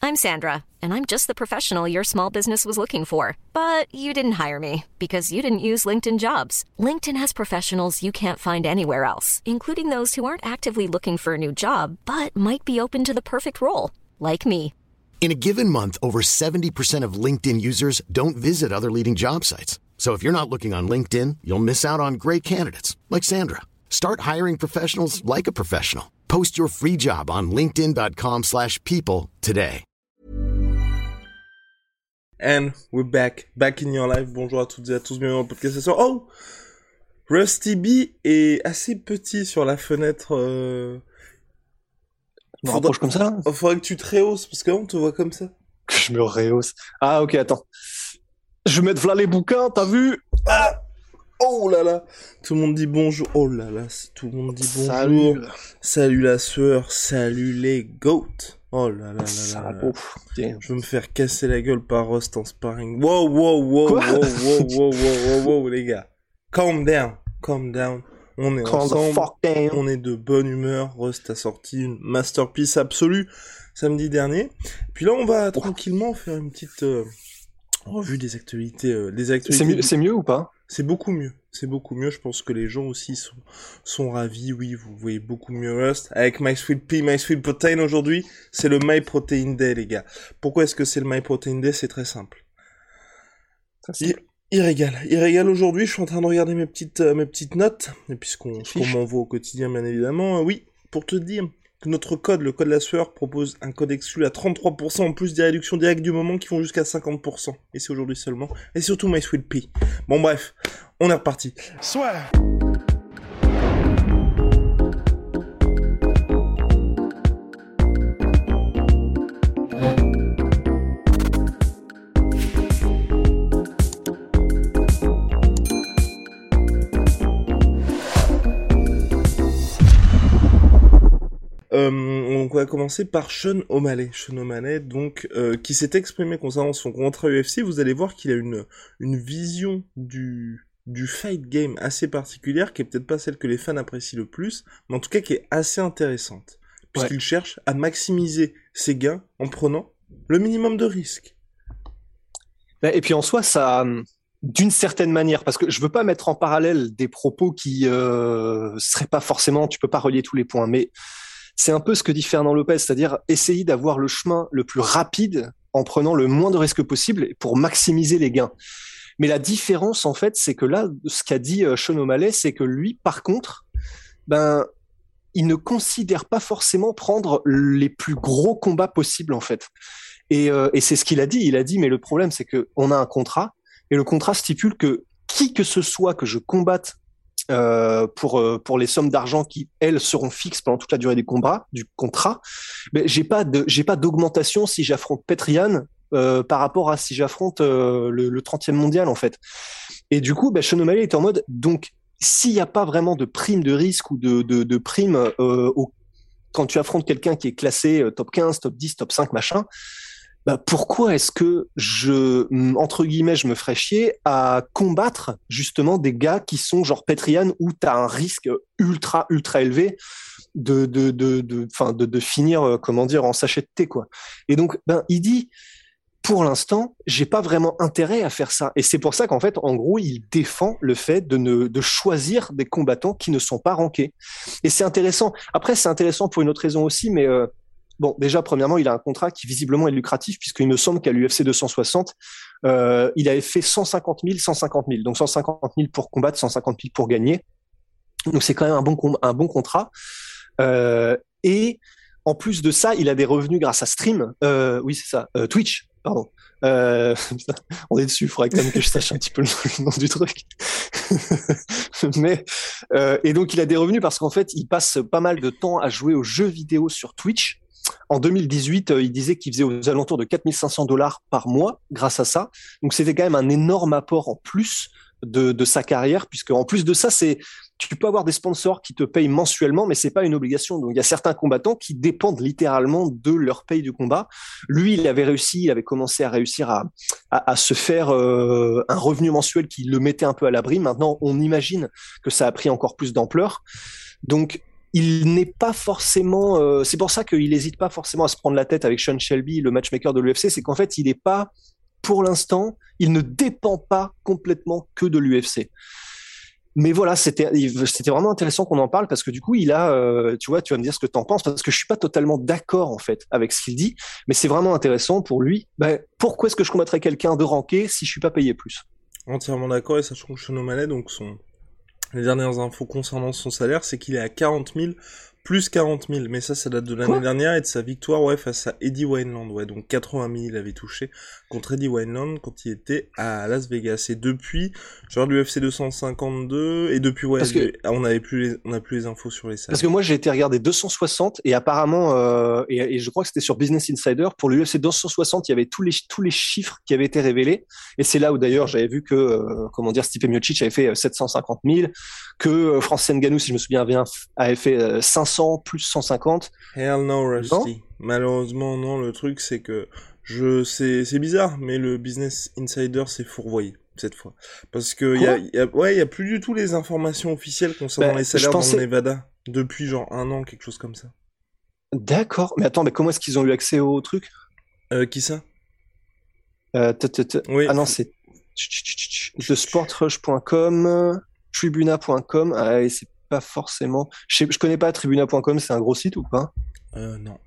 I'm Sandra, and I'm just the professional your small business was looking for. But you didn't hire me because you didn't use LinkedIn Jobs. LinkedIn has professionals you can't find anywhere else, including those who aren't actively looking for a new job, but might be open to the perfect role, like me. In a given month, over 70% of LinkedIn users don't visit other leading job sites. So if you're not looking on LinkedIn, you'll miss out on great candidates like Sandra. Start hiring professionals like a professional. Post your free job on linkedin.com/people today. And we're back in your life. Bonjour à toutes et à tous, bienvenue dans le podcast ce soir. Oh! Rusty B est assez petit sur la fenêtre. Je me rapproche comme ça? Faudrait que tu te rehausses, parce qu'on te voit comme ça. Que je me rehausse. Ah, ok, attends. Je vais mettre v'là les bouquins, t'as vu? Ah! Oh là là! Tout le monde dit bonjour. Oh là là, tout le monde dit bonjour. Salut. Salut la sueur, salut les goats. Oh là là là là. Oh, je veux me faire casser la gueule par Rust en sparring. Wow, Quoi? wow, les gars. Calm down. On est ensemble, on est de bonne humeur. Rust a sorti une masterpiece absolue samedi dernier. Puis là, on va tranquillement faire une petite revue des actualités. C'est mieux ou pas? C'est beaucoup mieux. Je pense que les gens aussi sont ravis. Oui, vous voyez beaucoup mieux Rust. Avec My Sweet Pea, My Sweet Protein aujourd'hui, c'est le My Protein Day, les gars. Pourquoi est-ce que c'est le My Protein Day? C'est très simple. Il régale aujourd'hui. Je suis en train de regarder mes petites notes. Et puis ce qu'on m'envoie au quotidien, bien évidemment. Oui, pour te dire que notre code, le code de la sueur, propose un code exclu à 33% en plus des réductions directes du moment qui vont jusqu'à 50%. Et c'est aujourd'hui seulement. Et surtout My Sweet Pea. Bon bref, on est reparti. Swear. On va commencer par Sean O'Malley. Sean O'Malley, donc, qui s'est exprimé concernant son contrat UFC. Vous allez voir qu'il a une vision du fight game assez particulière, qui est peut-être pas celle que les fans apprécient le plus, mais en tout cas qui est assez intéressante. Puisqu'il cherche à maximiser ses gains en prenant le minimum de risques. Et puis en soi, ça, d'une certaine manière, parce que je veux pas mettre en parallèle des propos qui seraient pas forcément, tu peux pas relier tous les points, mais c'est un peu ce que dit Fernand Lopez, c'est-à-dire essayer d'avoir le chemin le plus rapide en prenant le moins de risques possible pour maximiser les gains. Mais la différence, en fait, c'est que là, ce qu'a dit Sean O'Malley, c'est que lui, par contre, il ne considère pas forcément prendre les plus gros combats possibles, en fait. Et c'est ce qu'il a dit. Il a dit, mais le problème, c'est que on a un contrat, et le contrat stipule que qui que ce soit que je combatte pour les sommes d'argent qui elles seront fixes pendant toute la durée du contrat, mais j'ai pas d'augmentation si j'affronte Petrian par rapport à si j'affronte le 30e mondial en fait. Et du coup, Sean O'Malley était en mode donc s'il y a pas vraiment de prime de risque ou de prime quand tu affrontes quelqu'un qui est classé top 15, top 10, top 5 machin, pourquoi est-ce que entre guillemets, je me ferais chier à combattre justement des gars qui sont genre Petrian où t'as un risque ultra élevé de finir, comment dire, en sachet de thé, quoi. Et donc, il dit, pour l'instant, j'ai pas vraiment intérêt à faire ça. Et c'est pour ça qu'en fait, en gros, il défend le fait de choisir des combattants qui ne sont pas rankés. Et c'est intéressant. Après, c'est intéressant pour une autre raison aussi, mais, bon, déjà, premièrement, il a un contrat qui visiblement est lucratif puisqu'il me semble qu'à l'UFC 260, il avait fait 150 000. Donc 150 000 pour combattre, 150 000 pour gagner. Donc c'est quand même un bon contrat. Et en plus de ça, il a des revenus grâce à Stream. Oui, c'est ça. Twitch, pardon. On est dessus, il faudrait quand même que je sache un petit peu le nom du truc. Mais et donc il a des revenus parce qu'en fait, il passe pas mal de temps à jouer aux jeux vidéo sur Twitch. En 2018, il disait qu'il faisait aux alentours de $4 500 par mois grâce à ça. Donc, c'était quand même un énorme apport en plus de sa carrière, puisque en plus de ça, tu peux avoir des sponsors qui te payent mensuellement, mais c'est pas une obligation. Donc, il y a certains combattants qui dépendent littéralement de leur paye du combat. Lui, il avait commencé à réussir à se faire un revenu mensuel qui le mettait un peu à l'abri. Maintenant, on imagine que ça a pris encore plus d'ampleur. Donc, il n'est pas forcément. C'est pour ça qu'il n'hésite pas forcément à se prendre la tête avec Sean Shelby, le matchmaker de l'UFC. C'est qu'en fait, il n'est pas, pour l'instant, il ne dépend pas complètement que de l'UFC. Mais voilà, c'était vraiment intéressant qu'on en parle parce que du coup, il a, tu vois, tu vas me dire ce que tu en penses parce que je suis pas totalement d'accord en fait avec ce qu'il dit, mais c'est vraiment intéressant pour lui. Ben, pourquoi est-ce que je combattrais quelqu'un de ranké si je suis pas payé plus? Entièrement d'accord, et sachant que Sean O'Malley, donc les dernières infos concernant son salaire, c'est qu'il est à 40 000 plus 40 000, mais ça date de l'année dernière et de sa victoire, ouais, face à Eddie Wineland, ouais, donc 80 000 il avait touché contre Eddie Wineland quand il était à Las Vegas, et depuis, genre l'UFC 252, et depuis, ouais, on n'a plus les infos sur les salaires. Parce que moi, j'ai été regarder 260, et apparemment, et je crois que c'était sur Business Insider, pour l'UFC 260, il y avait tous les chiffres qui avaient été révélés, et c'est là où d'ailleurs j'avais vu que, Stipe Miocic avait fait 750 000, que Francis Ngannou, si je me souviens bien, avait fait 500 plus 150. Hell no, Rusty. Non, malheureusement, non. Le truc, c'est que c'est bizarre, mais le Business Insider s'est fourvoyé cette fois, parce que il y a plus du tout les informations officielles concernant les salaires dans le Nevada depuis genre 1 an, quelque chose comme ça. D'accord. Mais attends, mais comment est-ce qu'ils ont eu accès au truc? Qui ça? Oui. Ah non, c'est thesportrush.com, tribuna.com. Ah, et c'est pas forcément. Je connais pas tribuna.com, c'est un gros site ou pas? Non.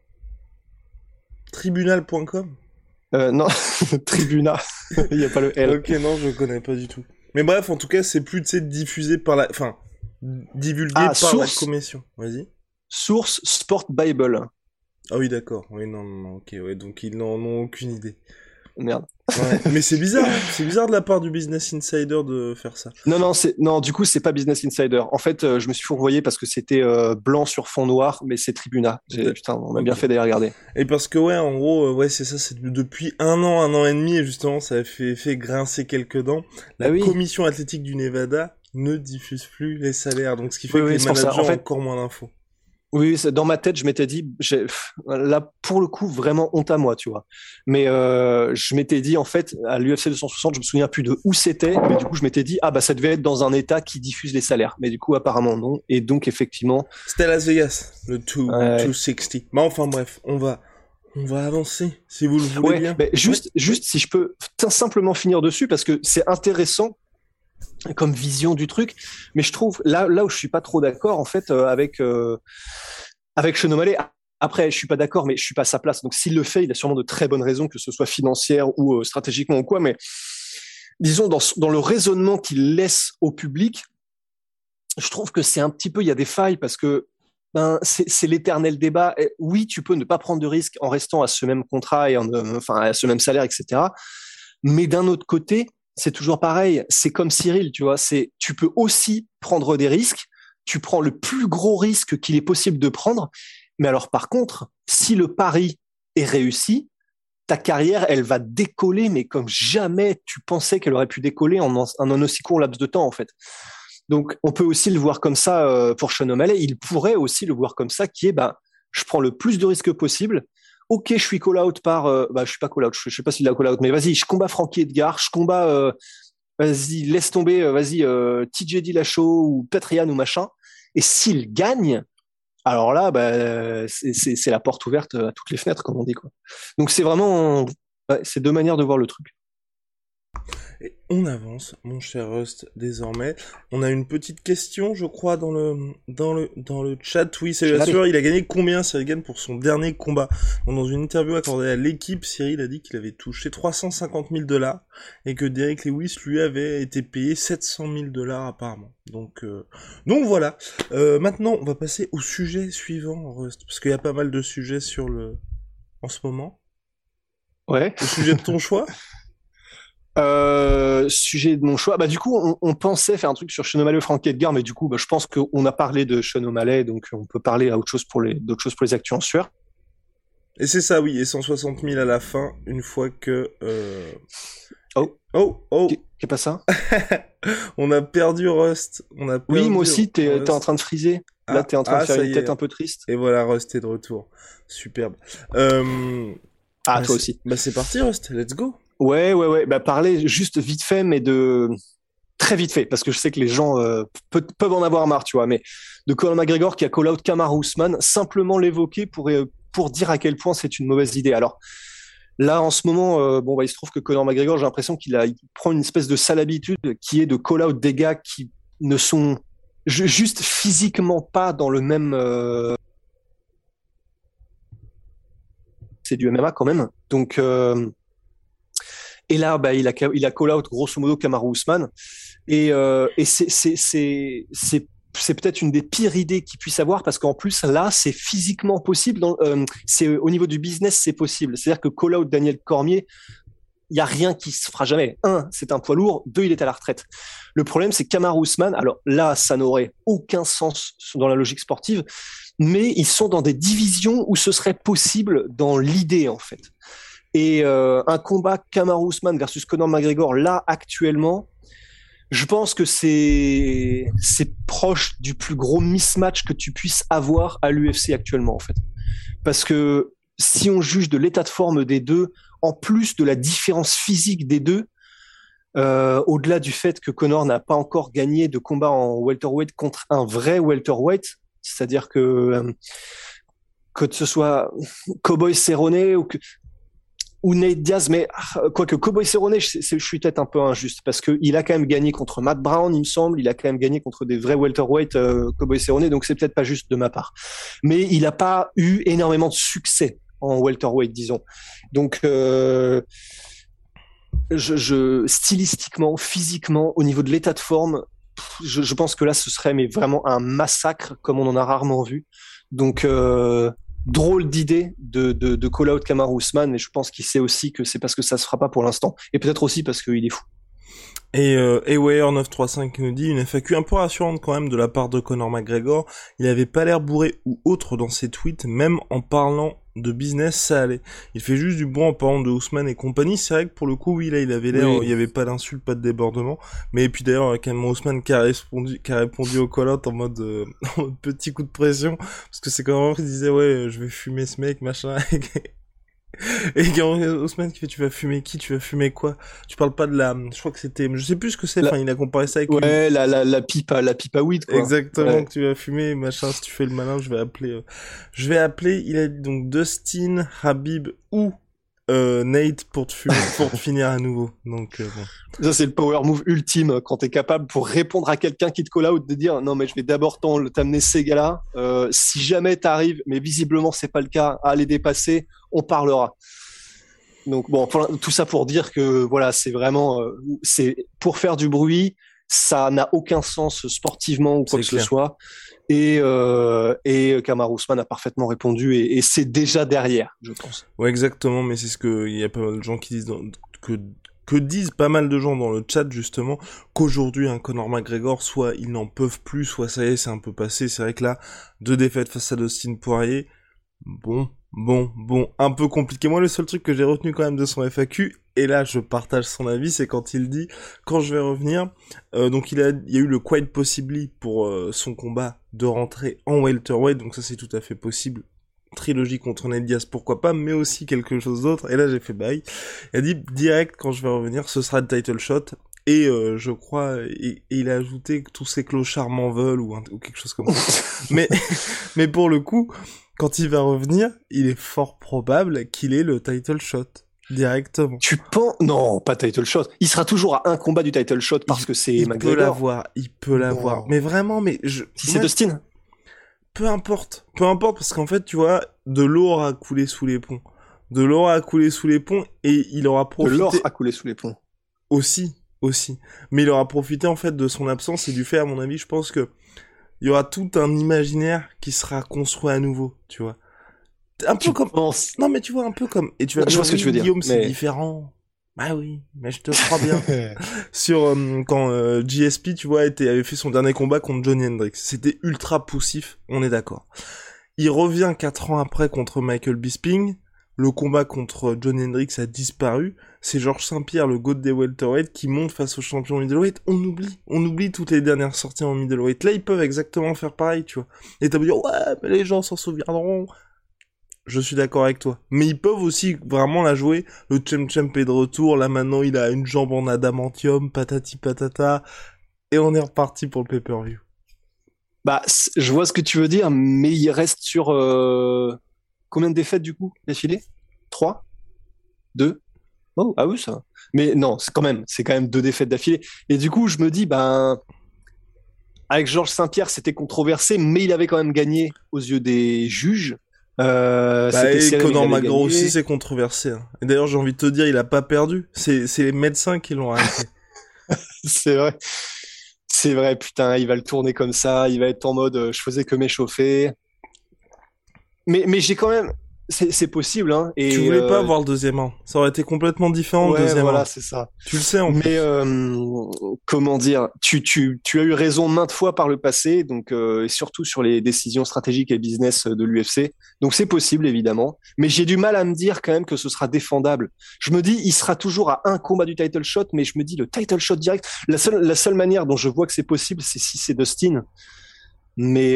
Tribunal.com? Non, Tribuna. Il y a pas le L. Ok, non, je connais pas du tout. Mais bref, en tout cas, c'est plus, tu sais, diffusé par divulgué par la commission. Vas-y. Source Sport Bible. Ah oui, d'accord. Oui, non, ok, ouais, donc ils n'en ont aucune idée. Merde. Ouais, mais c'est bizarre de la part du Business Insider de faire ça. Non, du coup, c'est pas Business Insider. En fait, je me suis fourvoyé parce que c'était blanc sur fond noir, mais c'est Tribuna. Putain, on a bien fait d'aller regarder. Et parce que, ouais, en gros, ouais, c'est ça, c'est depuis 1 an et demi, et justement, ça a fait grincer quelques dents. La commission athlétique du Nevada ne diffuse plus les salaires, donc ce qui fait que les managers ont encore moins d'infos. Oui, dans ma tête, je m'étais dit, là, pour le coup, vraiment honte à moi, tu vois. Mais je m'étais dit, en fait, à l'UFC 260, je me souviens plus de où c'était, mais du coup, je m'étais dit, ça devait être dans un état qui diffuse les salaires. Mais du coup, apparemment, non. Et donc, effectivement... C'était à Las Vegas, le 260. Mais enfin, bref, on va avancer, si vous le voulez bien. Mais juste, si je peux simplement finir dessus, parce que c'est intéressant comme vision du truc, mais je trouve là où je suis pas trop d'accord en fait avec Sean O'Malley. Après, je suis pas d'accord, mais je suis pas à sa place. Donc s'il le fait, il a sûrement de très bonnes raisons, que ce soit financière ou stratégiquement ou quoi. Mais disons dans le raisonnement qu'il laisse au public, je trouve que c'est un petit peu, il y a des failles parce que c'est l'éternel débat. Et oui, tu peux ne pas prendre de risques en restant à ce même contrat et à ce même salaire, etc. Mais d'un autre côté, c'est toujours pareil. C'est comme Cyril, tu vois. Tu peux aussi prendre des risques. Tu prends le plus gros risque qu'il est possible de prendre. Mais alors, par contre, si le pari est réussi, ta carrière, elle va décoller, mais comme jamais tu pensais qu'elle aurait pu décoller en un aussi court laps de temps, en fait. Donc, on peut aussi le voir comme ça pour Sean O'Malley. Il pourrait aussi le voir comme ça, qui est, je prends le plus de risques possible. Ok, je suis call-out je suis pas call-out, je sais pas s'il a call-out, mais vas-y, je combats Frankie Edgar, je combats, vas-y, laisse tomber, TJ Dillashaw ou Petrian ou machin. Et s'il gagne, alors là, c'est la porte ouverte à toutes les fenêtres, comme on dit, quoi. Donc c'est vraiment, c'est deux manières de voir le truc. Et on avance, mon cher Rust, désormais. On a une petite question, je crois, dans le chat. Oui, c'est bien sûr. Il a gagné combien, Cyril Gane, pour son dernier combat? Donc, dans une interview accordée à l'équipe, Cyril a dit qu'il avait touché 350 000 $, et que Derrick Lewis lui avait été payé 700 000 $ apparemment. Donc voilà. Maintenant, on va passer au sujet suivant, Rust, parce qu'il y a pas mal de sujets en ce moment. Ouais. Le sujet de ton choix? Sujet de mon choix. Du coup, on pensait faire un truc sur Sean O'Malley ou Frankie Edgar, mais du coup, je pense qu'on a parlé de Sean O'Malley, donc on peut parler à d'autres choses pour les actus en sueur. Et c'est ça, oui, et 160 000 à la fin, une fois que... Qu'est pas ça? On a perdu Rust. Oui, moi aussi, t'es en train de friser. Là, t'es en train de faire une tête un peu triste. Et voilà, Rust est de retour. Superbe. Toi aussi. C'est parti, Rust, let's go. Ouais. Parler juste vite fait, mais très vite fait, parce que je sais que les gens peuvent en avoir marre, tu vois, mais de Conor McGregor qui a call out Kamaru Usman, simplement l'évoquer pour dire à quel point c'est une mauvaise idée. Alors là, en ce moment, il se trouve que Conor McGregor, j'ai l'impression il prend une espèce de sale habitude qui est de call out des gars qui ne sont juste physiquement pas dans le même... C'est du MMA quand même. Donc, et là, il a call out grosso modo Kamaru Usman. Et c'est peut-être une des pires idées qu'il puisse avoir parce qu'en plus, là, c'est physiquement possible. C'est au niveau du business, c'est possible. C'est-à-dire que call out Daniel Cormier, il y a rien qui se fera jamais. 1, c'est un poids lourd. 2, il est à la retraite. Le problème, c'est Kamaru Usman. Alors là, ça n'aurait aucun sens dans la logique sportive, mais ils sont dans des divisions où ce serait possible dans l'idée, en fait. Et un combat Kamaru Usman versus Conor McGregor, là, actuellement, je pense que c'est proche du plus gros mismatch que tu puisses avoir à l'UFC actuellement, en fait. Parce que si on juge de l'état de forme des deux, en plus de la différence physique des deux, au-delà du fait que Conor n'a pas encore gagné de combat en welterweight contre un vrai welterweight, c'est-à-dire que ce soit Cowboy Cerrone ou Nate Diaz, mais quoique Cowboy Cerrone, je suis peut-être un peu injuste parce que il a quand même gagné contre Matt Brown, il me semble, il a quand même gagné contre des vrais welterweight, Cowboy Cerrone, donc c'est peut-être pas juste de ma part. Mais il a pas eu énormément de succès en welterweight, disons. Donc stylistiquement, physiquement, au niveau de l'état de forme, je pense que là ce serait mais vraiment un massacre comme on en a rarement vu. Donc drôle d'idée de call out Kamaru Usman, mais je pense qu'il sait aussi que c'est parce que ça se fera pas pour l'instant et peut-être aussi parce qu'il est fou. Et Awayer 935 qui nous dit une FAQ un peu rassurante quand même de la part de Conor McGregor. Il avait pas l'air bourré ou autre dans ses tweets, même en parlant de business, ça allait. Il fait juste du bon en parlant de Ousmane et compagnie. C'est vrai que pour le coup, oui, là, il avait l'air, il y avait pas d'insulte, pas de débordement. Mais puis d'ailleurs, quand même, Ousmane qui a répondu au call-out en mode petit coup de pression, parce que c'est quand même qu'il disait ouais, je vais fumer ce mec, machin. Et Ousmane qui fait tu vas fumer qui, tu vas fumer quoi, tu parles pas de je crois que c'était, je sais plus ce que c'est, enfin il a comparé ça avec la pipe à weed quoi. Exactement, ouais. Que tu vas fumer machin, si tu fais le malin je vais appeler, il a dit donc Dustin, Habib ou Nate pour te finir à nouveau. Donc bon. Ça c'est le power move ultime quand t'es capable pour répondre à quelqu'un qui te call out de dire non mais je vais d'abord t'amener ces gars-là. Si jamais t'arrives, mais visiblement c'est pas le cas, à les dépasser, on parlera. Donc bon, tout ça pour dire que voilà, c'est vraiment c'est pour faire du bruit, ça n'a aucun sens sportivement ou quoi que ce soit. Et Kamaru Usman a parfaitement répondu et c'est déjà derrière, je pense. Ouais, exactement, mais c'est ce que il y a pas mal de gens qui disent que disent pas mal de gens dans le chat justement qu'aujourd'hui un Conor McGregor soit ils n'en peuvent plus, soit ça y est, c'est un peu passé. C'est vrai que là 2 défaites face à Dustin Poirier, bon, un peu compliqué. Moi, le seul truc que j'ai retenu quand même de son FAQ, et là, je partage son avis, c'est quand il dit, quand je vais revenir, donc il y a eu le quite possibly pour son combat de rentrer en welterweight, donc ça c'est tout à fait possible. Trilogie contre Nate Diaz, pourquoi pas, mais aussi quelque chose d'autre. Et là, j'ai fait bye. Il a dit, direct, quand je vais revenir, ce sera le title shot. Et je crois, et il a ajouté que tous ces clochards m'en veulent, ou quelque chose comme ça. mais pour le coup, quand il va revenir, il est fort probable qu'il ait le title shot. Directement. Tu penses? Non, pas title shot. Il sera toujours à un combat du title shot parce que c'est McGregor. Il peut l'avoir. Mais vraiment, si c'est Dustin? Peu importe, parce qu'en fait, tu vois, de l'eau aura coulé sous les ponts. Et il aura profité... De l'or a coulé sous les ponts. Aussi. Mais il aura profité, en fait, de son absence et du fait, à mon avis, je pense que il y aura tout un imaginaire qui sera construit à nouveau, tu vois. Un peu comme... Non, mais tu vois, un peu comme... Et tu vas je vois ce que tu veux dire. Guillaume, c'est différent. Bah oui, mais je te crois bien. Sur quand GSP, tu vois, avait fait son dernier combat contre Johnny Hendricks. C'était ultra poussif, on est d'accord. Il revient 4 ans après contre Michael Bisping. Le combat contre Johnny Hendricks a disparu. C'est Georges Saint-Pierre, le GOAT des welterweight, qui monte face au champion middleweight. On oublie toutes les dernières sorties en middleweight. Là, ils peuvent exactement faire pareil, tu vois. Et t'as beau dire, ouais, mais les gens s'en souviendront. Je suis d'accord avec toi. Mais ils peuvent aussi vraiment la jouer. Le Champ est de retour. Là, maintenant, il a une jambe en adamantium, patati patata. et on est reparti pour le pay-per-view. Bah, je vois ce que tu veux dire, mais il reste sur combien de défaites du coup d'affilée? 3? 2? Oh, ah oui, ça va. Mais non, c'est quand même 2 défaites d'affilée. Et du coup, je me dis, ben, avec Georges Saint-Pierre, c'était controversé, mais il avait quand même gagné aux yeux des juges. Et Conor McGregor aussi, c'est controversé. Hein. Et d'ailleurs, j'ai envie de te dire, il a pas perdu. C'est les médecins qui l'ont arrêté. C'est vrai. C'est vrai, putain, il va le tourner comme ça, il va être en mode je faisais que m'échauffer. Mais j'ai quand même. C'est possible, hein. Et, tu voulais pas avoir le deuxième round. Ça aurait été complètement différent, le deuxième round. Voilà, c'est ça. Tu le sais, en plus. Mais comment dire, tu as eu raison maintes fois par le passé, donc et surtout sur les décisions stratégiques et business de l'UFC. Donc c'est possible, évidemment. Mais j'ai du mal à me dire quand même que ce sera défendable. Je me dis, il sera toujours à un combat du title shot, mais je me dis, le title shot direct, la seule manière dont je vois que c'est possible, c'est si c'est Dustin. Mais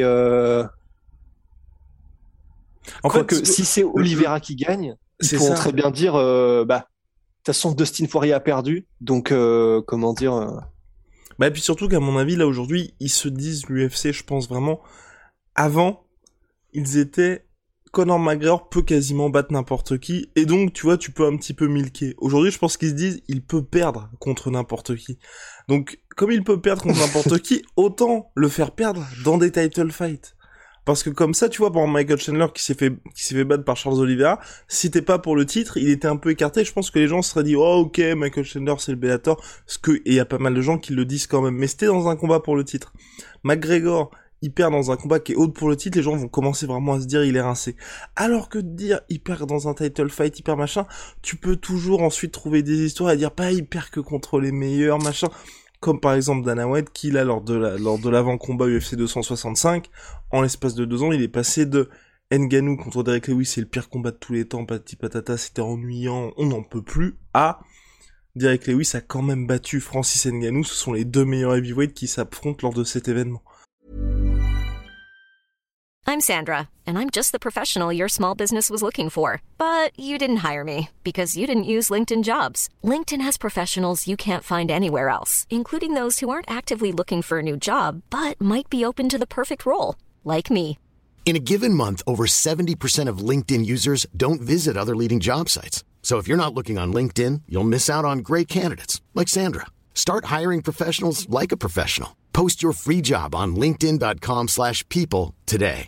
en fait, que si c'est Oliveira qui gagne, ils pourront très bien dire, de toute façon, Dustin Poirier a perdu, donc comment dire. Et puis surtout qu'à mon avis, là aujourd'hui, ils se disent l'UFC, je pense vraiment. Avant, ils étaient Conor McGregor peut quasiment battre n'importe qui, et donc tu vois, tu peux un petit peu milquer. Aujourd'hui, je pense qu'ils se disent, il peut perdre contre n'importe qui. Donc, comme il peut perdre contre n'importe qui, autant le faire perdre dans des title fights. Parce que comme ça, tu vois, par Michael Chandler qui s'est fait battre par Charles Oliveira, si t'es pas pour le titre, il était un peu écarté. Je pense que les gens se seraient dit, oh ok, Michael Chandler c'est le Bellator, et il y a pas mal de gens qui le disent quand même. Mais c'était dans un combat pour le titre. McGregor, il perd dans un combat qui est haut pour le titre, les gens vont commencer vraiment à se dire il est rincé. Alors que de dire il perd dans un title fight, il perd machin, tu peux toujours ensuite trouver des histoires et dire pas il perd que contre les meilleurs machin. Comme par exemple Dana White qui là lors de l'avant-combat UFC 265, en l'espace de 2 ans, il est passé de Ngannou contre Derek Lewis, c'est le pire combat de tous les temps, patati patata, c'était ennuyant, on n'en peut plus, à Derek Lewis a quand même battu Francis Ngannou, ce sont les 2 meilleurs heavyweights qui s'affrontent lors de cet événement. I'm Sandra, and I'm just the professional your small business was looking for. But you didn't hire me, because you didn't use LinkedIn Jobs. LinkedIn has professionals you can't find anywhere else, including those who aren't actively looking for a new job, but might be open to the perfect role, like me. In a given month, over 70% of LinkedIn users don't visit other leading job sites. So if you're not looking on LinkedIn, you'll miss out on great candidates, like Sandra. Start hiring professionals like a professional. Post your free job on linkedin.com/people today.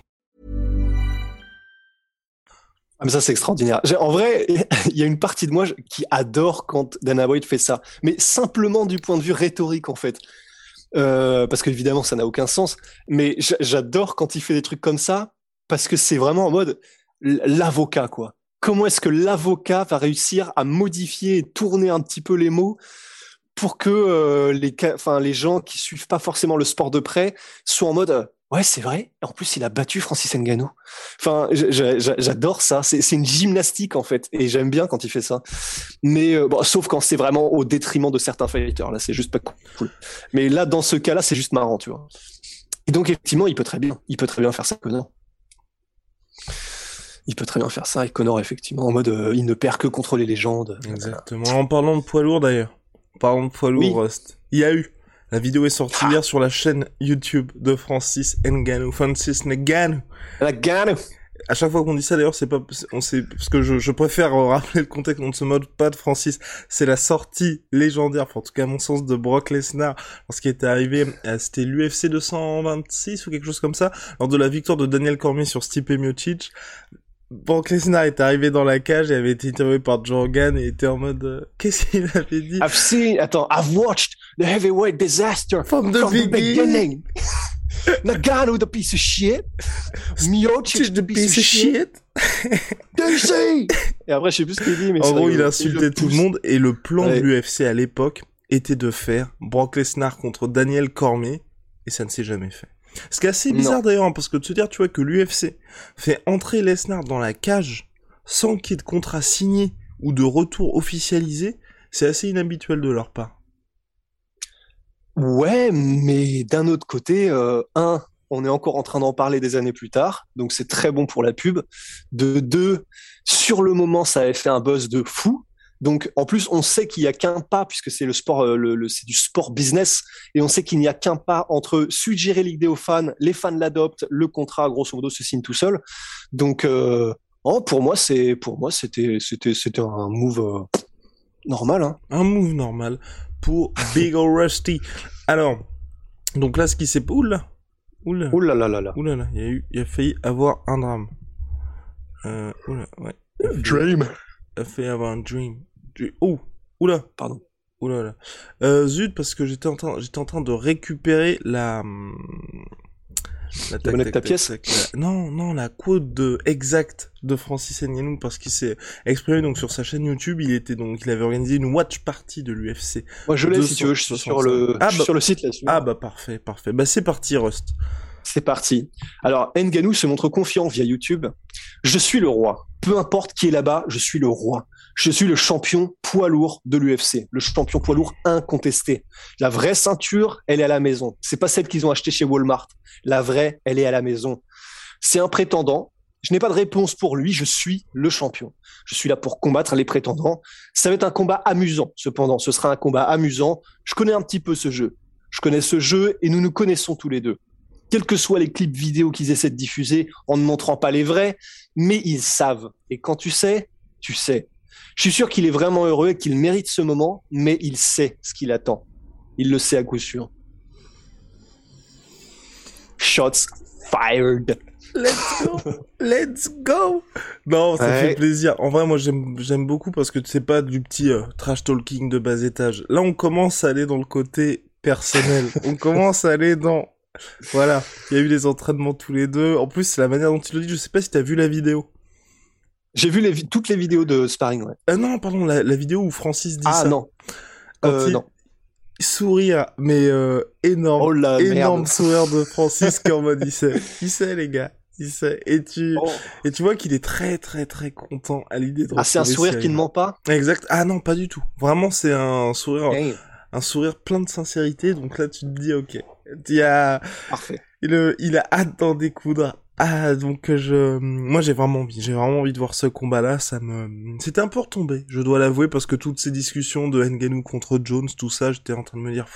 Ah, mais ça, c'est extraordinaire. En vrai, il y a une partie de moi qui adore quand Dana White fait ça. Mais simplement du point de vue rhétorique, en fait. Parce qu'évidemment, ça n'a aucun sens. Mais j'adore quand il fait des trucs comme ça, parce que c'est vraiment en mode l'avocat, quoi. Comment est-ce que l'avocat va réussir à modifier et tourner un petit peu les mots pour que les gens qui suivent pas forcément le sport de près soient en mode ouais, c'est vrai. En plus, il a battu Francis Ngannou. Enfin, j'adore ça. C'est une gymnastique en fait, et j'aime bien quand il fait ça. Mais sauf quand c'est vraiment au détriment de certains fighters. Là, c'est juste pas cool. Mais là, dans ce cas-là, c'est juste marrant, tu vois. Et donc, effectivement, il peut très bien faire ça, Conor. Il peut très bien faire ça, et Conor, effectivement, en mode il ne perd que contre les légendes. Exactement. En parlant de poids lourd d'ailleurs. Oui. Rust. Il y a eu. La vidéo est sortie hier sur la chaîne YouTube de Francis Ngannou. À chaque fois qu'on dit ça, d'ailleurs, c'est pas, parce que je préfère rappeler le contexte, on ne se mode pas de Francis. C'est la sortie légendaire, enfin, en tout cas, à mon sens, de Brock Lesnar, lorsqu'il était arrivé, c'était l'UFC 226 ou quelque chose comme ça, lors de la victoire de Daniel Cormier sur Stipe Miocic. Brock Lesnar est arrivé dans la cage et avait été interviewé par Joe Rogan et était en mode, qu'est-ce qu'il avait dit? I've watched the heavyweight disaster from the beginning. Ngannou, the piece of shit. Miocic, the piece of shit. DC! Et après, je sais plus ce qu'il dit, mais en gros, il insultait tout le monde et le plan de l'UFC à l'époque était de faire Brock Lesnar contre Daniel Cormier et ça ne s'est jamais fait. Ce qui est assez bizarre d'ailleurs, hein, parce que de se dire, tu vois, que l'UFC fait entrer Lesnar dans la cage sans qu'il y ait de contrat signé ou de retour officialisé, c'est assez inhabituel de leur part. Ouais, mais d'un autre côté, on est encore en train d'en parler des années plus tard, donc c'est très bon pour la pub. De deux, sur le moment, ça avait fait un buzz de fou. Donc, en plus, on sait qu'il n'y a qu'un pas, puisque c'est le sport, c'est du sport business, et on sait qu'il n'y a qu'un pas entre suggérer l'idée aux fans, les fans l'adoptent, le contrat, grosso modo, se signe tout seul. Donc, pour moi, c'était un move normal. Hein. Un move normal pour Big Ol' Rusty. Alors, donc là, ce qui s'est... Oula, il a failli avoir un drame. Ouais. Dream. Il a failli avoir un dream. Oh, oula. Pardon. Oula. Zut, parce que j'étais en train de récupérer la monnaie de ta pièce. Non, la quote exacte de Francis Ngannou, parce qu'il s'est exprimé donc sur sa chaîne YouTube. Il avait organisé une watch party de l'UFC. Moi, je l'ai, si tu veux, je suis sur le site là-dessus. Ah bah parfait. Bah c'est parti, Rust. C'est parti. Alors, Ngannou se montre confiant via YouTube. Je suis le roi. Peu importe qui est là-bas, je suis le roi. Je suis le champion poids lourd de l'UFC. Le champion poids lourd incontesté. La vraie ceinture, elle est à la maison. C'est pas celle qu'ils ont achetée chez Walmart. La vraie, elle est à la maison. C'est un prétendant. Je n'ai pas de réponse pour lui. Je suis le champion. Je suis là pour combattre les prétendants. Ça va être un combat amusant, cependant. Ce sera un combat amusant. Je connais un petit peu ce jeu. Je connais ce jeu et nous nous connaissons tous les deux. Quels que soient les clips vidéo qu'ils essaient de diffuser en ne montrant pas les vrais, mais ils savent. Et quand tu sais, tu sais. Je suis sûr qu'il est vraiment heureux et qu'il mérite ce moment, mais il sait ce qu'il attend. Il le sait à coup sûr. Shots fired. Let's go. Non, ça fait plaisir. En vrai, moi, j'aime beaucoup parce que c'est pas du petit trash talking de bas étage. Là, on commence à aller dans le côté personnel. On commence à aller dans... Voilà, il y a eu les entraînements tous les deux. En plus, c'est la manière dont il le dit. Je sais pas si t'as vu la vidéo. J'ai vu toutes les vidéos de sparring, ouais. Non, pardon, la vidéo où Francis dit ça. Ah non. Non. Sourire, mais énorme. Oh la énorme merde. sourire de Francis qui en mode il sait les gars. Il sait. Et tu vois qu'il est très très très content à l'idée de... Ah, c'est un sourire qui ne ment pas? Exact. Ah non, pas du tout. Vraiment, c'est un sourire... Un sourire plein de sincérité, donc là tu te dis ok, parfait. Il a hâte d'en découdre. Ah donc moi j'ai vraiment envie de voir ce combat-là. C'était un peu retombé, je dois l'avouer, parce que toutes ces discussions de Ngannou contre Jones, tout ça, j'étais en train de me dire,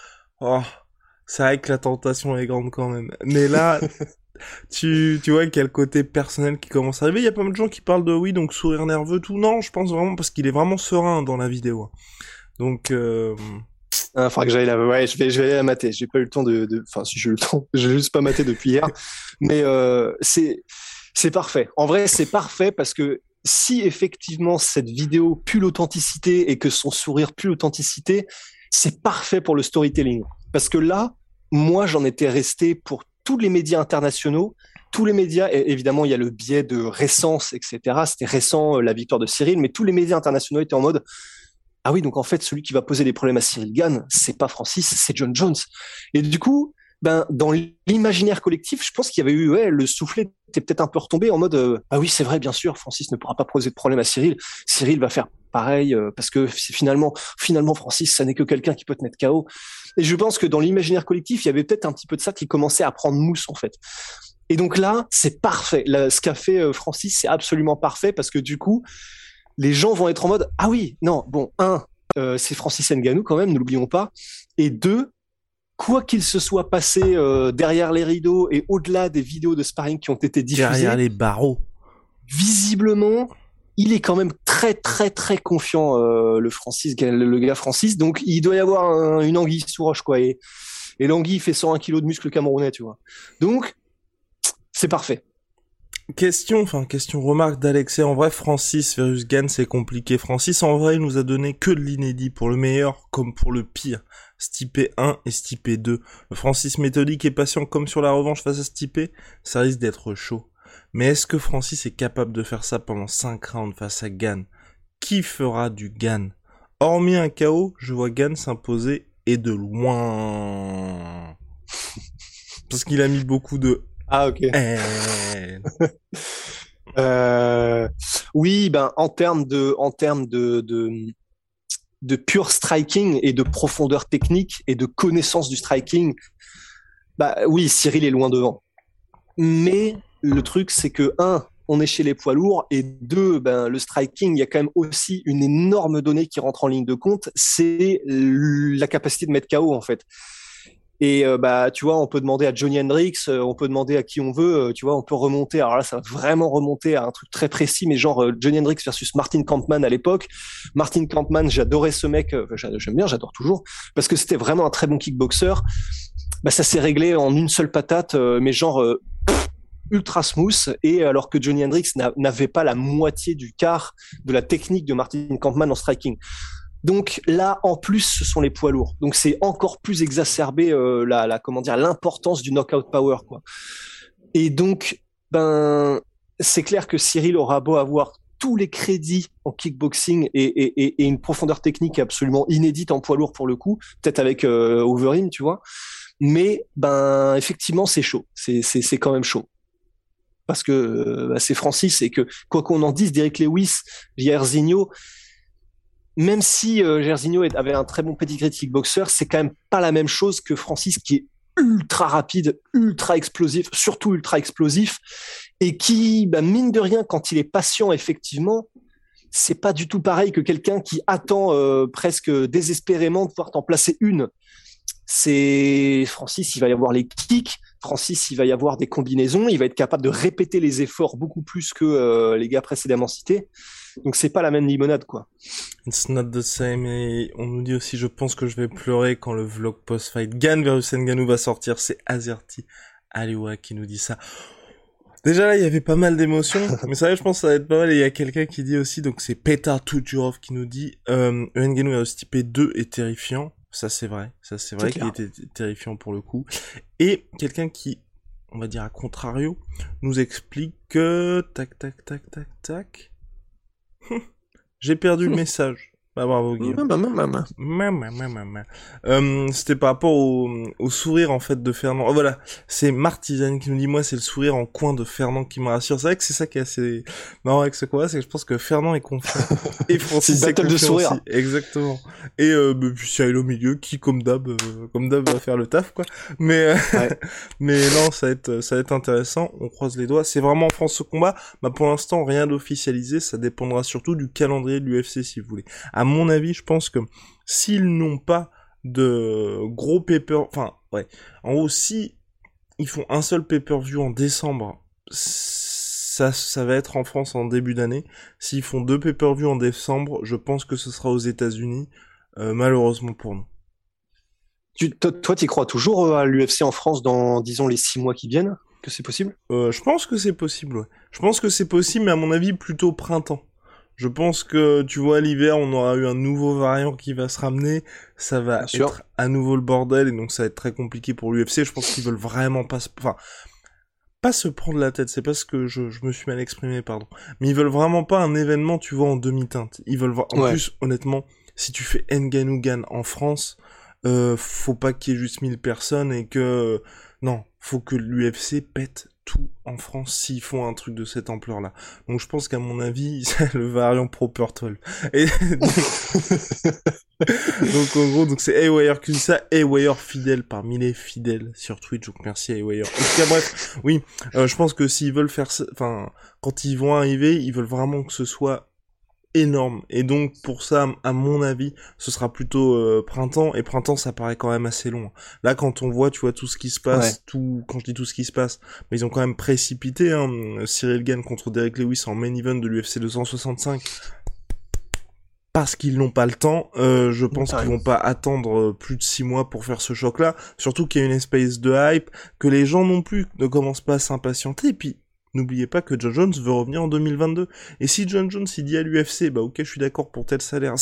c'est vrai que la tentation est grande quand même. Mais là, tu vois qu'il y a le côté personnel qui commence à arriver. Il y a pas mal de gens qui parlent de donc sourire nerveux, tout. Non, je pense vraiment parce qu'il est vraiment serein dans la vidéo. Donc faudra que j'aille là. Ouais, je vais aller la mater. J'ai pas eu le temps enfin, si j'ai eu le temps, j'ai juste pas maté depuis hier. Mais c'est parfait. En vrai, c'est parfait parce que si effectivement cette vidéo pue l'authenticité et que son sourire pue l'authenticité, c'est parfait pour le storytelling. Parce que là, moi, j'en étais resté pour tous les médias internationaux. Tous les médias, et évidemment, il y a le biais de récence, etc. C'était récent, la victoire de Cyril, mais tous les médias internationaux étaient en mode ah oui, donc en fait, celui qui va poser des problèmes à Cyril Gane, c'est pas Francis, c'est John Jones. Et du coup, dans l'imaginaire collectif, je pense qu'il y avait eu, le soufflet était peut-être un peu retombé en mode ah oui, c'est vrai, bien sûr, Francis ne pourra pas poser de problème à Cyril. Cyril va faire pareil parce que finalement, Francis, ça n'est que quelqu'un qui peut te mettre KO. Et je pense que dans l'imaginaire collectif, il y avait peut-être un petit peu de ça qui commençait à prendre mousse en fait. Et donc là, c'est parfait. Là, ce qu'a fait Francis, c'est absolument parfait parce que du coup, les gens vont être en mode ah oui, non, bon, c'est Francis Ngannou quand même, ne l'oublions pas. Et 2, quoi qu'il se soit passé derrière les rideaux et au-delà des vidéos de sparring qui ont été diffusées, derrière les barreaux, visiblement, il est quand même très très très confiant, le gars Francis. Donc il doit y avoir une anguille sous roche quoi. Et l'anguille fait 101 kilos de muscle camerounais, tu vois. Donc c'est parfait. Question, remarque d'Alexei. En vrai, Francis versus Gane, c'est compliqué. Francis, en vrai, il nous a donné que de l'inédit pour le meilleur comme pour le pire. Stipe 1 et Stipe 2. Le Francis méthodique et patient comme sur la revanche face à Stipe, ça risque d'être chaud. Mais est-ce que Francis est capable de faire ça pendant 5 rounds face à Gane? Qui fera du Gane? Hormis un KO, je vois Gane s'imposer et de loin. Parce qu'il a mis beaucoup de... Ah ok. Oui, en termes de pur striking et de profondeur technique et de connaissance du striking, oui, Cyril est loin devant. Mais le truc, c'est que on est chez les poids lourds, et deux, le striking, il y a quand même aussi une énorme donnée qui rentre en ligne de compte, c'est la capacité de mettre KO, en fait. Et tu vois, on peut demander à Johnny Hendricks, on peut demander à qui on veut, tu vois, on peut remonter. Alors là, ça va vraiment remonter à un truc très précis, mais genre Johnny Hendricks versus Martin Kampmann à l'époque. Martin Kampmann, j'adorais ce mec, j'adore toujours, parce que c'était vraiment un très bon kickboxer. Ça s'est réglé en une seule patate, mais genre ultra smooth, et alors que Johnny Hendricks n'avait pas la moitié du quart de la technique de Martin Kampmann en striking. Donc là, en plus, ce sont les poids lourds. Donc c'est encore plus exacerbé l'importance du knockout power, quoi. Et donc, c'est clair que Cyril aura beau avoir tous les crédits en kickboxing et une profondeur technique absolument inédite en poids lourd pour le coup, peut-être avec Overeem, tu vois. Mais effectivement, c'est chaud. C'est quand même chaud. Parce que c'est Francis, et que quoi qu'on en dise d'Eric Lewis via Jairzinho, même si Jairzinho avait un très bon pedigree de kickboxer, c'est quand même pas la même chose que Francis, qui est ultra rapide, ultra explosif, surtout ultra explosif, et qui, mine de rien, quand il est patient, effectivement, c'est pas du tout pareil que quelqu'un qui attend presque désespérément de pouvoir t'en placer une. C'est Francis, il va y avoir les kicks, Francis, il va y avoir des combinaisons, il va être capable de répéter les efforts beaucoup plus que les gars précédemment cités. Donc c'est pas la même limonade, quoi. It's not the same. Et on nous dit aussi, je pense que je vais pleurer quand le vlog post-fight Gane versus Ngannou va sortir. C'est Azerty Aliwa qui nous dit ça. Déjà là, il y avait pas mal d'émotions, mais ça, je pense que ça va être pas mal. Et il y a quelqu'un qui dit aussi, donc c'est Petar Tudjurov qui nous dit, Ngannou versus Stipe 2 est terrifiant. Ça c'est vrai qu'il était terrifiant pour le coup. Et quelqu'un qui, on va dire à contrario, nous explique que tac. J'ai perdu le message. Bravo Guillaume. C'était par rapport au sourire en fait de Fernand. Oh, voilà, c'est Martizane qui nous dit, moi c'est le sourire en coin de Fernand qui me rassure. C'est vrai que c'est ça qui est assez marrant avec ce combat, c'est que je pense que Fernand est confiant et Francis est confiant de sourire. Aussi. Exactement. Et puis Cyril au milieu qui comme d'hab va faire le taf, quoi. Mais mais non, ça va être intéressant. On croise les doigts. C'est vraiment en France ce combat. Pour l'instant rien d'officialisé. Ça dépendra surtout du calendrier de l'UFC si vous voulez. À mon avis, je pense que s'ils n'ont pas de gros en gros, si ils font un seul pay-per-view en décembre, ça va être en France en début d'année. S'ils font 2 pay-per-view en décembre, je pense que ce sera aux États-Unis, malheureusement pour nous. Toi, t'y crois toujours à l'UFC en France dans, disons, les 6 mois qui viennent, que c'est possible? Je pense que c'est possible, ouais. Je pense que c'est possible, mais à mon avis, plutôt printemps. Je pense que, tu vois, l'hiver, on aura eu un nouveau variant qui va se ramener, ça va être à nouveau le bordel, et donc ça va être très compliqué pour l'UFC. Je pense qu'ils veulent vraiment pas se prendre la tête, c'est parce que je me suis mal exprimé, pardon. Mais ils veulent vraiment pas un événement, tu vois, en demi-teinte. Ils veulent en plus, honnêtement, si tu fais Ngannou Gane en France, faut pas qu'il y ait juste 1000 personnes et que, non, faut que l'UFC pète tout en France s'ils font un truc de cette ampleur-là. Donc je pense qu'à mon avis, c'est le variant Proper 12. Et donc en gros, c'est Haywire qui dit ça, Haywire fidèle parmi les fidèles sur Twitch, donc merci à Haywire. En tout cas bref, oui, je pense que s'ils veulent faire ça, quand ils vont arriver, ils veulent vraiment que ce soit énorme, et donc pour ça, à mon avis, ce sera plutôt printemps, et printemps ça paraît quand même assez long. Là quand on voit, tu vois, tout ce qui se passe, quand je dis tout ce qui se passe, mais ils ont quand même précipité Cyril Gane contre Derek Lewis en main event de l'UFC 265, parce qu'ils n'ont pas le temps. Je pense qu'ils vont pas attendre plus de 6 mois pour faire ce choc-là, surtout qu'il y a une espèce de hype, que les gens non plus ne commencent pas à s'impatienter, et puis n'oubliez pas que John Jones veut revenir en 2022. Et si John Jones, il dit à l'UFC, ok, je suis d'accord pour tel salaire.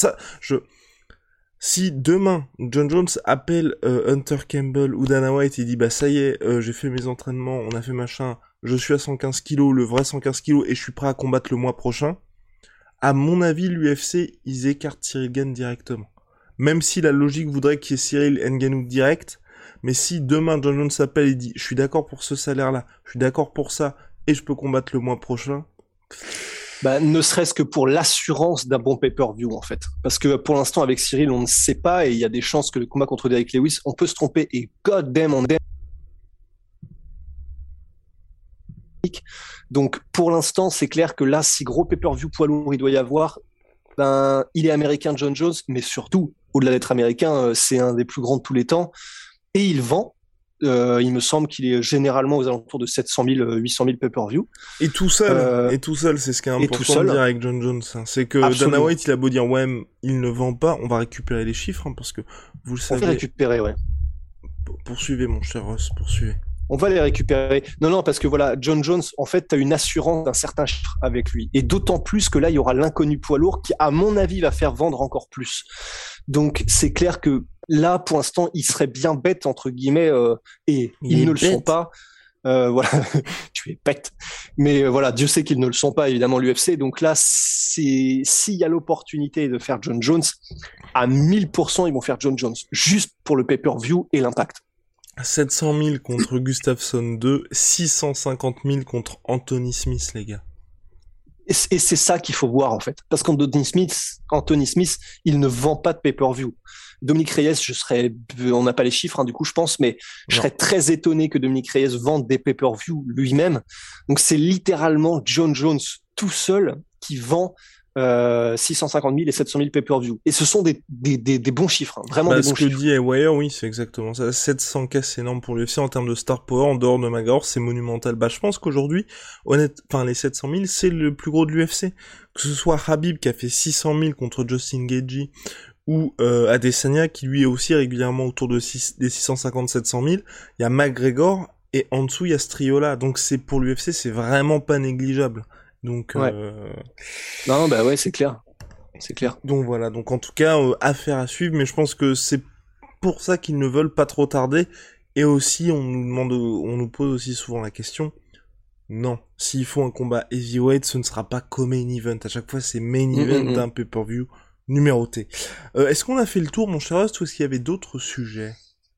Si demain, John Jones appelle Hunter Campbell ou Dana White, il dit, ça y est, j'ai fait mes entraînements, on a fait machin, je suis à 115 kilos, le vrai 115 kilos, et je suis prêt à combattre le mois prochain, à mon avis, l'UFC, ils écartent Cyril Gane directement. Même si la logique voudrait qu'il y ait Cyril Ngannou direct, mais si demain John Jones s'appelle et dit, je suis d'accord pour ce salaire-là, je suis d'accord pour ça, et je peux combattre le mois prochain. Ne serait-ce que pour l'assurance d'un bon pay-per-view, en fait. Parce que pour l'instant, avec Cyril, on ne sait pas, et il y a des chances que le combat contre Derek Lewis, on peut se tromper, et god damn, Donc pour l'instant, c'est clair que là, si gros pay-per-view poids lourd il doit y avoir, ben il est américain John Jones, mais surtout, au-delà d'être américain, c'est un des plus grands de tous les temps et il vend. Il me semble qu'il est généralement aux alentours de 700 000, 800 000 pay-per-view. Et tout seul, c'est ce qui est important de dire avec John Jones. Hein. C'est que absolument. Dana White, il a beau dire, ouais, il ne vend pas, on va récupérer les chiffres, hein, parce que vous le savez. On va les récupérer, ouais. Poursuivez, mon cher Ross, poursuivez. On va les récupérer. Non, parce que voilà, John Jones, en fait, t'as une assurance d'un certain chiffre avec lui. Et d'autant plus que là, il y aura l'inconnu poids lourd qui, à mon avis, va faire vendre encore plus. Donc, c'est clair que là, pour l'instant, il serait bien bête, entre guillemets, et ils ne le sont pas. Voilà, tu es bête. Mais voilà, Dieu sait qu'ils ne le sont pas, évidemment, l'UFC. Donc là, s'il y a l'opportunité de faire John Jones, à 1000%, ils vont faire John Jones, juste pour le pay-per-view et l'impact. 700 000 contre Gustafsson 2, 650 000 contre Anthony Smith, les gars. Et c'est ça qu'il faut voir, en fait. Parce qu'Anthony Smith, il ne vend pas de pay-per-view. Dominique Reyes, on n'a pas les chiffres, hein, du coup, je pense, mais je serais très étonné que Dominique Reyes vende des pay-per-view lui-même. Donc, c'est littéralement John Jones tout seul qui vend 650 000 et 700 000 pay-per-view. Et ce sont des bons chiffres, hein, vraiment des bons chiffres. Ce que dit Wire, oui, c'est exactement ça. 700K, c'est énorme pour l'UFC en termes de star power. En dehors de McGregor, c'est monumental. Je pense qu'aujourd'hui, les 700 000, c'est le plus gros de l'UFC. Que ce soit Khabib qui a fait 600 000 contre Justin Gaethje ou Adesanya qui lui est aussi régulièrement autour de des 650-700 000. Il y a McGregor et en dessous, il y a ce trio-là. Donc c'est pour l'UFC, c'est vraiment pas négligeable. Donc ouais. Non, bah ouais, c'est clair. C'est clair. Donc voilà, donc en tout cas, affaire à suivre, mais je pense que c'est pour ça qu'ils ne veulent pas trop tarder. Et aussi, on nous pose aussi souvent la question, non, s'il faut un combat heavyweight, ce ne sera pas comme main event. À chaque fois, c'est main event d'un pay-per-view numéroté. Est-ce qu'on a fait le tour, mon cher Host, ou est-ce qu'il y avait d'autres sujets ?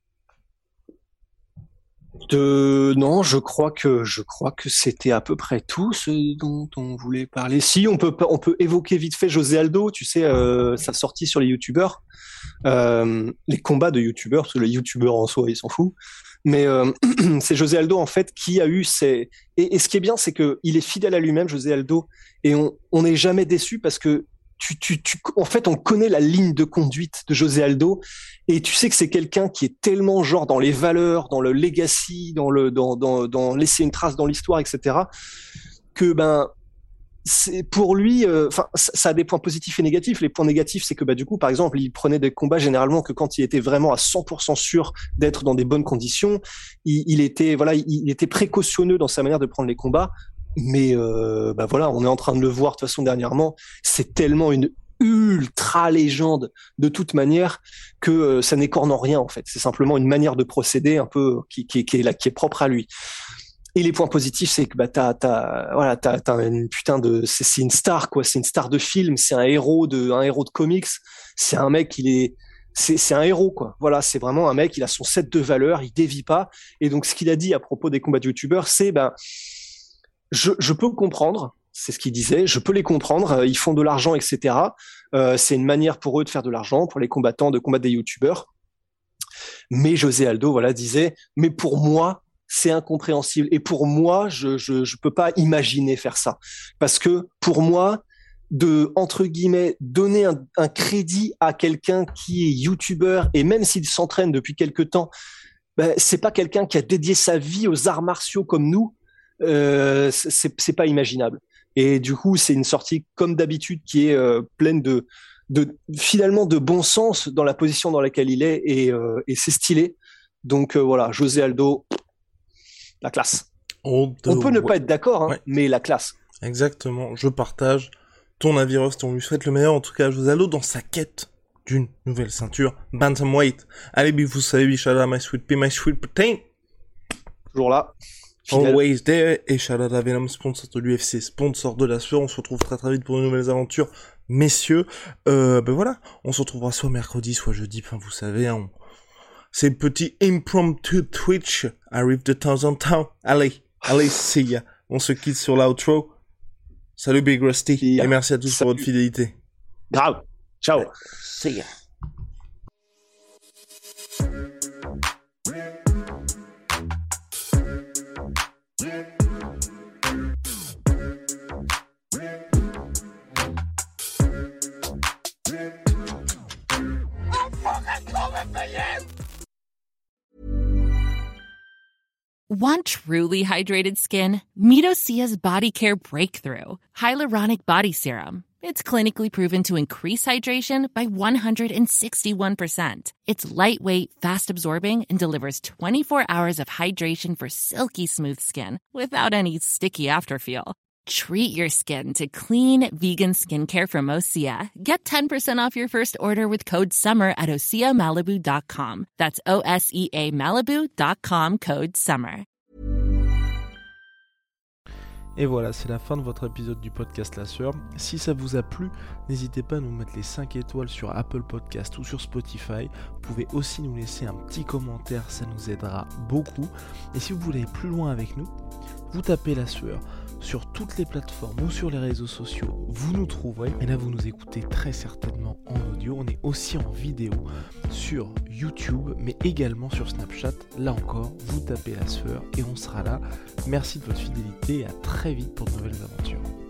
Non, je crois que c'était à peu près tout ce dont on voulait parler. Si on peut évoquer vite fait José Aldo, tu sais, sa sortie sur les youtubeurs, les combats de youtubeurs, parce que le youtubeur en soi il s'en fout, mais c'est José Aldo en fait qui a eu et ce qui est bien, c'est que il est fidèle à lui-même, José Aldo, et on n'est jamais déçu parce que en fait, on connaît la ligne de conduite de José Aldo et tu sais que c'est quelqu'un qui est tellement genre dans les valeurs, dans le legacy, dans laisser une trace dans l'histoire, etc. que c'est pour lui, ça a des points positifs et négatifs. Les points négatifs, c'est que du coup, par exemple, il prenait des combats généralement que quand il était vraiment à 100% sûr d'être dans des bonnes conditions. Il était précautionneux dans sa manière de prendre les combats. Mais voilà, on est en train de le voir de toute façon dernièrement. C'est tellement une ultra légende de toute manière que ça n'écorne en rien en fait. C'est simplement une manière de procéder un peu qui est propre à lui. Et les points positifs, c'est que t'as une putain de c'est une star quoi. C'est une star de film. C'est un héros de comics. C'est un mec c'est un héros quoi. Voilà, c'est vraiment un mec. Il a son set de valeurs. Il dévie pas. Et donc ce qu'il a dit à propos des combats de youtubeurs, c'est je peux comprendre, c'est ce qu'il disait, je peux les comprendre, ils font de l'argent, etc. C'est une manière pour eux de faire de l'argent, pour les combattants de combattre des youtubeurs. Mais José Aldo, disait, mais pour moi, c'est incompréhensible. Et pour moi, je peux pas imaginer faire ça. Parce que pour moi, entre guillemets, donner un crédit à quelqu'un qui est youtubeur, et même s'il s'entraîne depuis quelque temps, c'est pas quelqu'un qui a dédié sa vie aux arts martiaux comme nous. C'est pas imaginable. Et du coup, c'est une sortie comme d'habitude qui est pleine de finalement de bon sens dans la position dans laquelle il est et c'est stylé. Donc voilà, José Aldo, la classe. On peut ne pas être d'accord, hein, mais la classe. Exactement, je partage ton avis, Rust. On lui souhaite le meilleur, en tout cas, à José Aldo dans sa quête d'une nouvelle ceinture bantamweight. Allez, vous savez, Bishada, my sweet pea, my sweet protein. Toujours là. Fidèle. Always there. Et shout out à Venom, sponsor de l'UFC, sponsor de la sueur. On se retrouve très très vite pour de nouvelles aventures, messieurs. Voilà, on se retrouvera soit mercredi, soit jeudi. Enfin, vous savez, hein, c'est le petit impromptu Twitch arrive de temps en temps. Allez, see ya. On se quitte sur l'outro. Salut Big Rusty. Et merci à tous pour votre fidélité. Grave. Ciao. See ya. Want truly hydrated skin? Meet Osea's Body Care Breakthrough Hyaluronic Body Serum. It's clinically proven to increase hydration by 161%. It's lightweight, fast-absorbing, and delivers 24 hours of hydration for silky smooth skin without any sticky afterfeel. Treat your skin to clean, vegan skincare from Osea. Get 10% off your first order with code SUMMER at OseaMalibu.com. That's OSEA Malibu.com, code SUMMER. Et voilà, c'est la fin de votre épisode du podcast La Sueur. Si ça vous a plu, n'hésitez pas à nous mettre les 5 étoiles sur Apple Podcast ou sur Spotify. Vous pouvez aussi nous laisser un petit commentaire, ça nous aidera beaucoup. Et si vous voulez aller plus loin avec nous, vous tapez La Sueur sur toutes les plateformes ou sur les réseaux sociaux, vous nous trouverez. Et là, vous nous écoutez très certainement en audio. On est aussi en vidéo sur YouTube, mais également sur Snapchat. Là encore, vous tapez La Sueur et on sera là. Merci de votre fidélité et à très vite pour de nouvelles aventures.